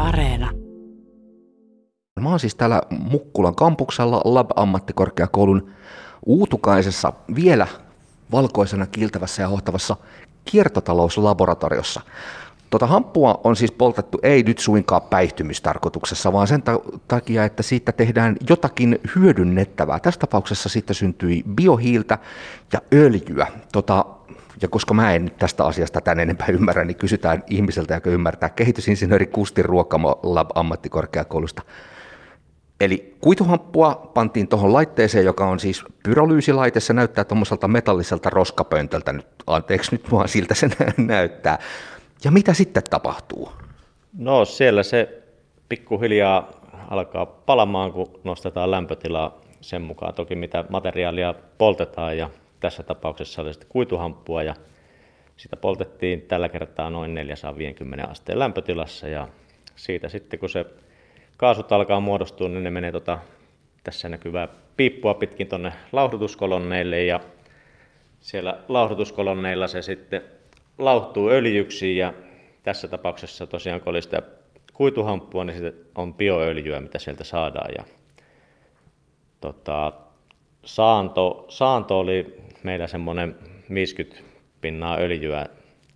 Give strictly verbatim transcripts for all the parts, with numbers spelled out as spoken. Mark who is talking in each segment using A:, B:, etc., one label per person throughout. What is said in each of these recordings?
A: Areena.
B: Mä oon siis täällä Mukkulan kampuksella Lab-ammattikorkeakoulun uutukaisessa, vielä valkoisena kiiltävässä ja hohtavassa kiertotalouslaboratoriossa. Tota hamppua on siis poltettu ei nyt suinkaan päihtymystarkoituksessa, vaan sen takia, että siitä tehdään jotakin hyödynnettävää. Tässä tapauksessa siitä syntyi biohiiltä ja öljyä. Tota, ja koska mä en tästä asiasta tän enempää ymmärrä, niin kysytään ihmiseltä, joka ymmärtää. Kehitysinsinööri Kusti Ruokamo Lab-ammattikorkeakoulusta. Eli kuituhamppua pantiin tuohon laitteeseen, joka on siis pyrolyysilaite. Se näyttää tuommoiselta metalliselta roskapöntöltä. Nyt, anteeksi nyt vaan siltä se näyttää. Ja mitä sitten tapahtuu?
C: No siellä se pikkuhiljaa alkaa palamaan, kun nostetaan lämpötilaa sen mukaan toki mitä materiaalia poltetaan. Ja tässä tapauksessa oli sitten kuituhamppua ja sitä poltettiin tällä kertaa noin neljäsataaviisikymmentä asteen lämpötilassa. Ja siitä sitten kun se kaasut alkaa muodostua, niin ne menee tota, tässä näkyvää piippua pitkin tuonne lauhdutuskolonneille ja siellä lauhdutuskolonneilla se sitten lauhtuu öljyksi ja tässä tapauksessa tosiaan kun oli sitä kuituhamppua, niin sitten on bioöljyä, mitä sieltä saadaan. Ja, tota, saanto, saanto oli meillä semmoinen viisikymmentä pinnaa öljyä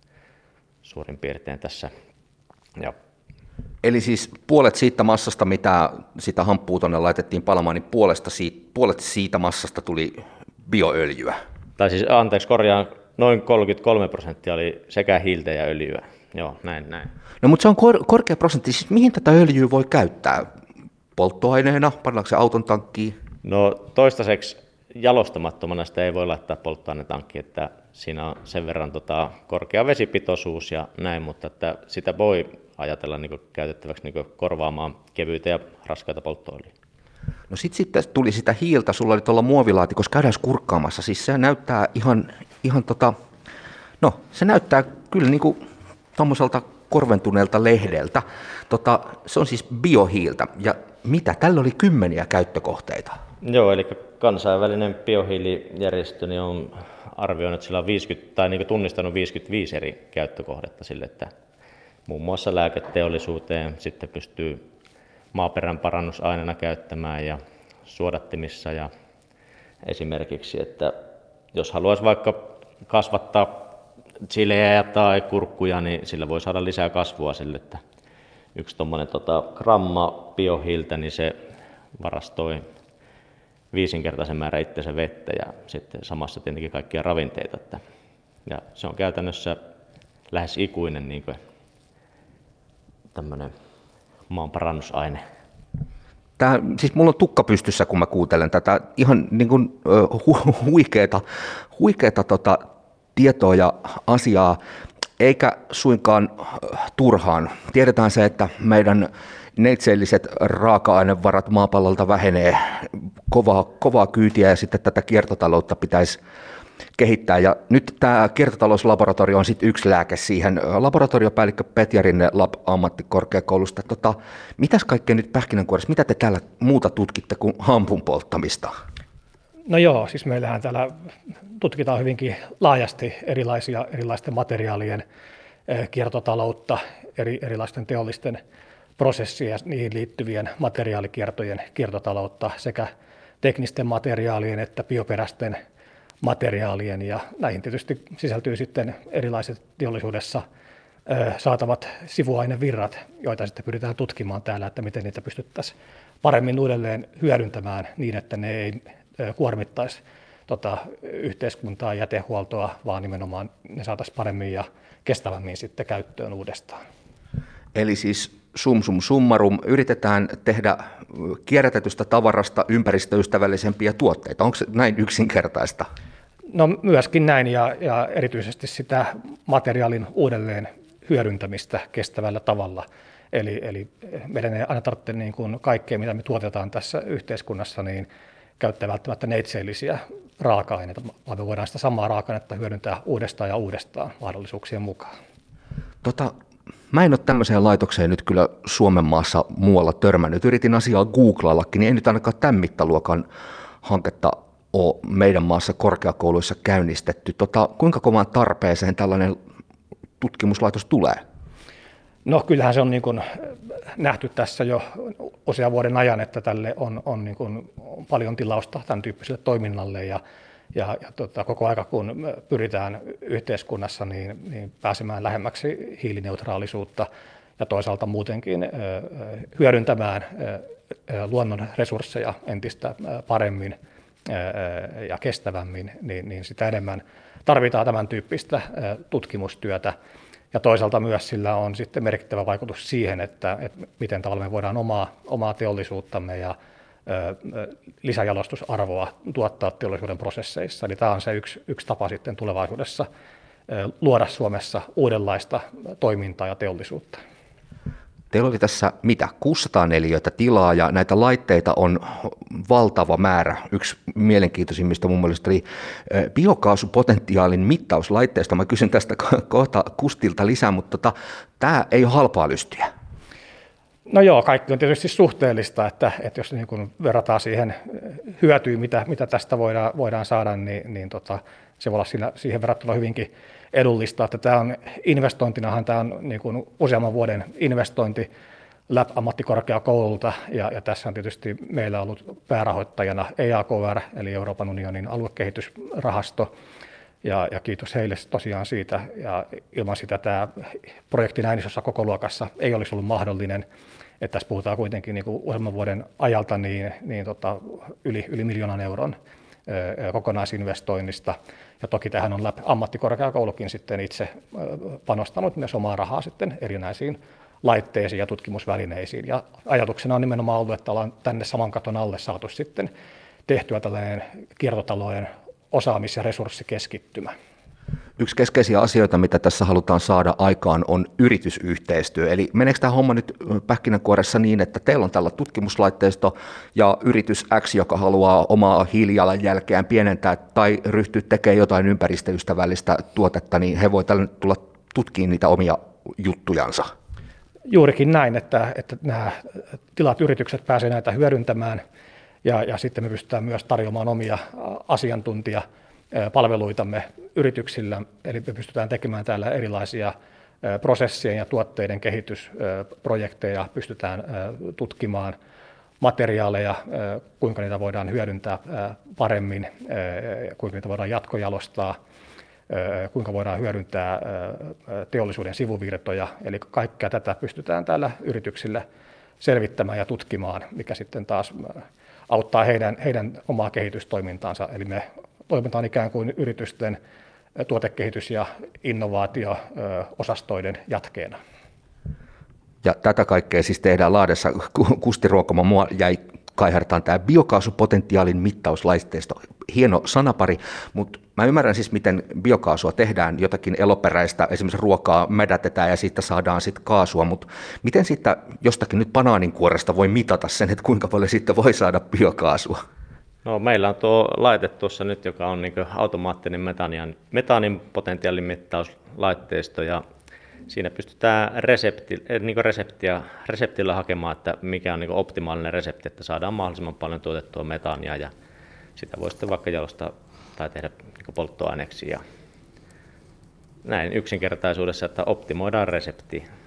C: suurin piirtein tässä. Ja
B: Eli siis puolet siitä massasta, mitä sitä hamppua tuonne laitettiin palamaan, niin puolesta siitä, puolet siitä massasta tuli bioöljyä.
C: Tai siis, anteeksi, korjaan, noin kolmekymmentäkolme prosenttia oli sekä hiiltä ja öljyä. Joo, näin, näin.
B: No mutta se on kor- korkea prosentti. Siis mihin tätä öljyä voi käyttää? Polttoaineena? Pannaanko se auton tankkiin?
C: No toistaiseksi jalostamattomana sitä ei voi laittaa polttoainetankkiin, että siinä on sen verran tota, korkea vesipitoisuus ja näin, mutta että sitä voi ajatella niin kuin käytettäväksi niin kuin korvaamaan kevyitä ja raskaita polttoöljyä.
B: No sitten sit tuli sitä hiiltä, sulla oli tuolla muovilaatikossa, käydään kurkkaamassa, siis se näyttää ihan, ihan tota, no se näyttää kyllä niin kuin tommoselta korventuneelta lehdeltä, tota, se on siis biohiiltä, ja mitä, tällä oli kymmeniä käyttökohteita?
C: Joo, eli kansainvälinen biohiilijärjestö niin on arvioinut, että sillä on viisikymmentä, tai niin kuin tunnistanut viisikymmentäviisi eri käyttökohdetta sille, että muun muassa lääketeollisuuteen sitten pystyy maaperän parannusaineena käyttämään ja suodattimissa ja esimerkiksi, että jos haluaisi vaikka kasvattaa chilejä tai kurkkuja, niin sillä voi saada lisää kasvua sille, että yksi tuommoinen tota, gramma biohiiltä, niin se varastoi viisinkertaisen määrän itsensä vettä ja sitten samassa tietenkin kaikkia ravinteita. Että, ja se on käytännössä lähes ikuinen niin kuin tämmöinen maanparannusaine.
B: Tää, siis mulla on tukka pystyssä, kun mä kuuntelen tätä ihan niin kuin, hu- huikeeta, huikeeta tota, tietoa ja asiaa, eikä suinkaan turhaan. Tiedetään se, että meidän neitseelliset raaka-ainevarat maapallolta vähenee kovaa, kovaa kyytiä ja sitten tätä kiertotaloutta pitäisi kehittää. Ja nyt tämä kiertotalouslaboratorio on sitten yksi lääke siihen. Laboratoriopäällikkö Petja Rinne Lab-ammattikorkeakoulusta. Tota, mitäs kaikkea nyt pähkinänkuoressa, mitä te täällä muuta tutkitte kuin hampun polttamista?
D: No joo, siis meillähän täällä tutkitaan hyvinkin laajasti erilaisia erilaisten materiaalien kiertotaloutta, eri, erilaisten teollisten prosessien ja niihin liittyvien materiaalikiertojen kiertotaloutta sekä teknisten materiaalien että bioperäisten materiaalien ja näihin tietysti sisältyy sitten erilaiset teollisuudessa saatavat sivuainevirrat, joita sitten pyritään tutkimaan täällä, että miten niitä pystyttäisiin paremmin uudelleen hyödyntämään niin, että ne ei kuormittaisi tota, yhteiskuntaa, jätehuoltoa, vaan nimenomaan ne saataisiin paremmin ja kestävämmin sitten käyttöön uudestaan.
B: Eli siis sum sum summarum, yritetään tehdä kierrätetystä tavarasta ympäristöystävällisempiä tuotteita. Onko se näin yksinkertaista?
D: No myöskin näin ja, ja erityisesti sitä materiaalin uudelleen hyödyntämistä kestävällä tavalla. Eli, eli meidän ei aina tarvitse niin kuin kaikkea, mitä me tuotetaan tässä yhteiskunnassa, niin käyttää välttämättä neitseellisiä raaka-aineita, vaan me voidaan sitä samaa raaka-ainetta hyödyntää uudestaan ja uudestaan mahdollisuuksien mukaan.
B: Tota, mä en ole tämmöiseen laitokseen nyt kyllä Suomen maassa muualla törmännyt. Yritin asiaa googlaillakin, niin ei nyt ainakaan tämän mittaluokan hanketta ole meidän maassa korkeakouluissa käynnistetty. Tota, kuinka kovaan tarpeeseen tällainen tutkimuslaitos tulee?
D: No kyllähän se on niin kuin nähty tässä jo usean vuoden ajan, että tälle on, on niin kuin paljon tilausta tämän tyyppiselle toiminnalle ja, ja, ja tota, koko aika kun pyritään yhteiskunnassa niin, niin pääsemään lähemmäksi hiilineutraalisuutta ja toisaalta muutenkin hyödyntämään luonnon resursseja entistä paremmin ja kestävämmin, niin, niin sitä enemmän tarvitaan tämän tyyppistä tutkimustyötä. Ja toisaalta myös sillä on sitten merkittävä vaikutus siihen, että, että miten tavalla me voidaan omaa, omaa teollisuuttamme ja ö, lisäjalostusarvoa tuottaa teollisuuden prosesseissa. Eli tämä on se yksi, yksi tapa sitten tulevaisuudessa ö, luoda Suomessa uudenlaista toimintaa ja teollisuutta.
B: Teillä oli tässä mitä, kuusisataa neliötä tilaa ja näitä laitteita on valtava määrä. Yksi mielenkiintoisimmista mun mielestä oli biokaasupotentiaalin mittauslaitteista. Mä kysyn tästä kohta Kustilta lisää, mutta tota, tämä ei ole halpaa lystiä.
D: No joo, kaikki on tietysti suhteellista, että, että jos niin kun verrataan siihen hyötyyn, mitä, mitä tästä voidaan, voidaan saada, niin, niin tota, se voi olla siinä, siihen verrattuna hyvinkin edullista. Että tämä on investointinahan tämä on niin kuin useamman vuoden investointi L A B-ammattikorkeakoululta, ja, ja tässä on tietysti meillä ollut päärahoittajana E A K R, eli Euroopan unionin aluekehitysrahasto, ja, ja kiitos heille tosiaan siitä, ja ilman sitä tämä projekti näin isossa kokoluokassa ei olisi ollut mahdollinen, että tässä puhutaan kuitenkin niin kuin useamman vuoden ajalta niin, niin tota, yli, yli miljoonan euron kokonaisinvestoinnista. Ja toki tähän on L A B-ammattikorkeakoulukin sitten itse panostanut myös omaa rahaa sitten erinäisiin laitteisiin ja tutkimusvälineisiin. Ja ajatuksena on nimenomaan ollut, että ollaan tänne saman katon alle saatu sitten tehtyä tällainen kiertotalouden osaamis- ja resurssikeskittymä.
B: Yksi keskeisiä asioita, mitä tässä halutaan saada aikaan, on yritysyhteistyö. Eli meneekö tämä homma nyt pähkinänkuoressa niin, että teillä on tällä tutkimuslaitteisto ja yritys X, joka haluaa omaa hiilijalanjälkeään pienentää tai ryhtyä tekemään jotain ympäristöystävällistä tuotetta, niin he voivat tulla tutkimaan niitä omia juttujansa?
D: Juurikin näin, että, että nämä tilat yritykset pääsevät näitä hyödyntämään ja, ja sitten me pystytään myös tarjoamaan omia asiantuntija palveluitamme yrityksillä, eli me pystytään tekemään täällä erilaisia prosessien ja tuotteiden kehitysprojekteja, pystytään tutkimaan materiaaleja, kuinka niitä voidaan hyödyntää paremmin, kuinka niitä voidaan jatkojalostaa, kuinka voidaan hyödyntää teollisuuden sivuvirtoja, eli kaikkea tätä pystytään täällä yrityksillä selvittämään ja tutkimaan, mikä sitten taas auttaa heidän, heidän omaa kehitystoimintaansa, eli me toimitaan ikään kuin yritysten tuotekehitys- ja innovaatio-osastoiden jatkeena.
B: Ja tätä kaikkea siis tehdään Lahdessa. Kusti Ruokoma, mua jäi kaihertaan tämä biokaasupotentiaalin mittauslaitteisto. Hieno sanapari, mutta mä ymmärrän siis, miten biokaasua tehdään, jotakin eloperäistä, esimerkiksi ruokaa mädätetään ja siitä saadaan sitten kaasua, mutta miten sitten jostakin nyt banaaninkuoresta voi mitata sen, että kuinka paljon siitä voi saada biokaasua?
C: No, meillä on tuo laite tuossa nyt, joka on niin automaattinen metaanin, metaanin potentiaalin mittauslaitteisto, ja siinä pystytään resepti, niin reseptiä, reseptillä hakemaan, että mikä on niin optimaalinen resepti, että saadaan mahdollisimman paljon tuotettua metaania, ja sitä voi sitten vaikka jalostaa tai tehdä niin polttoaineeksi. Ja näin yksinkertaisuudessa, että optimoidaan resepti.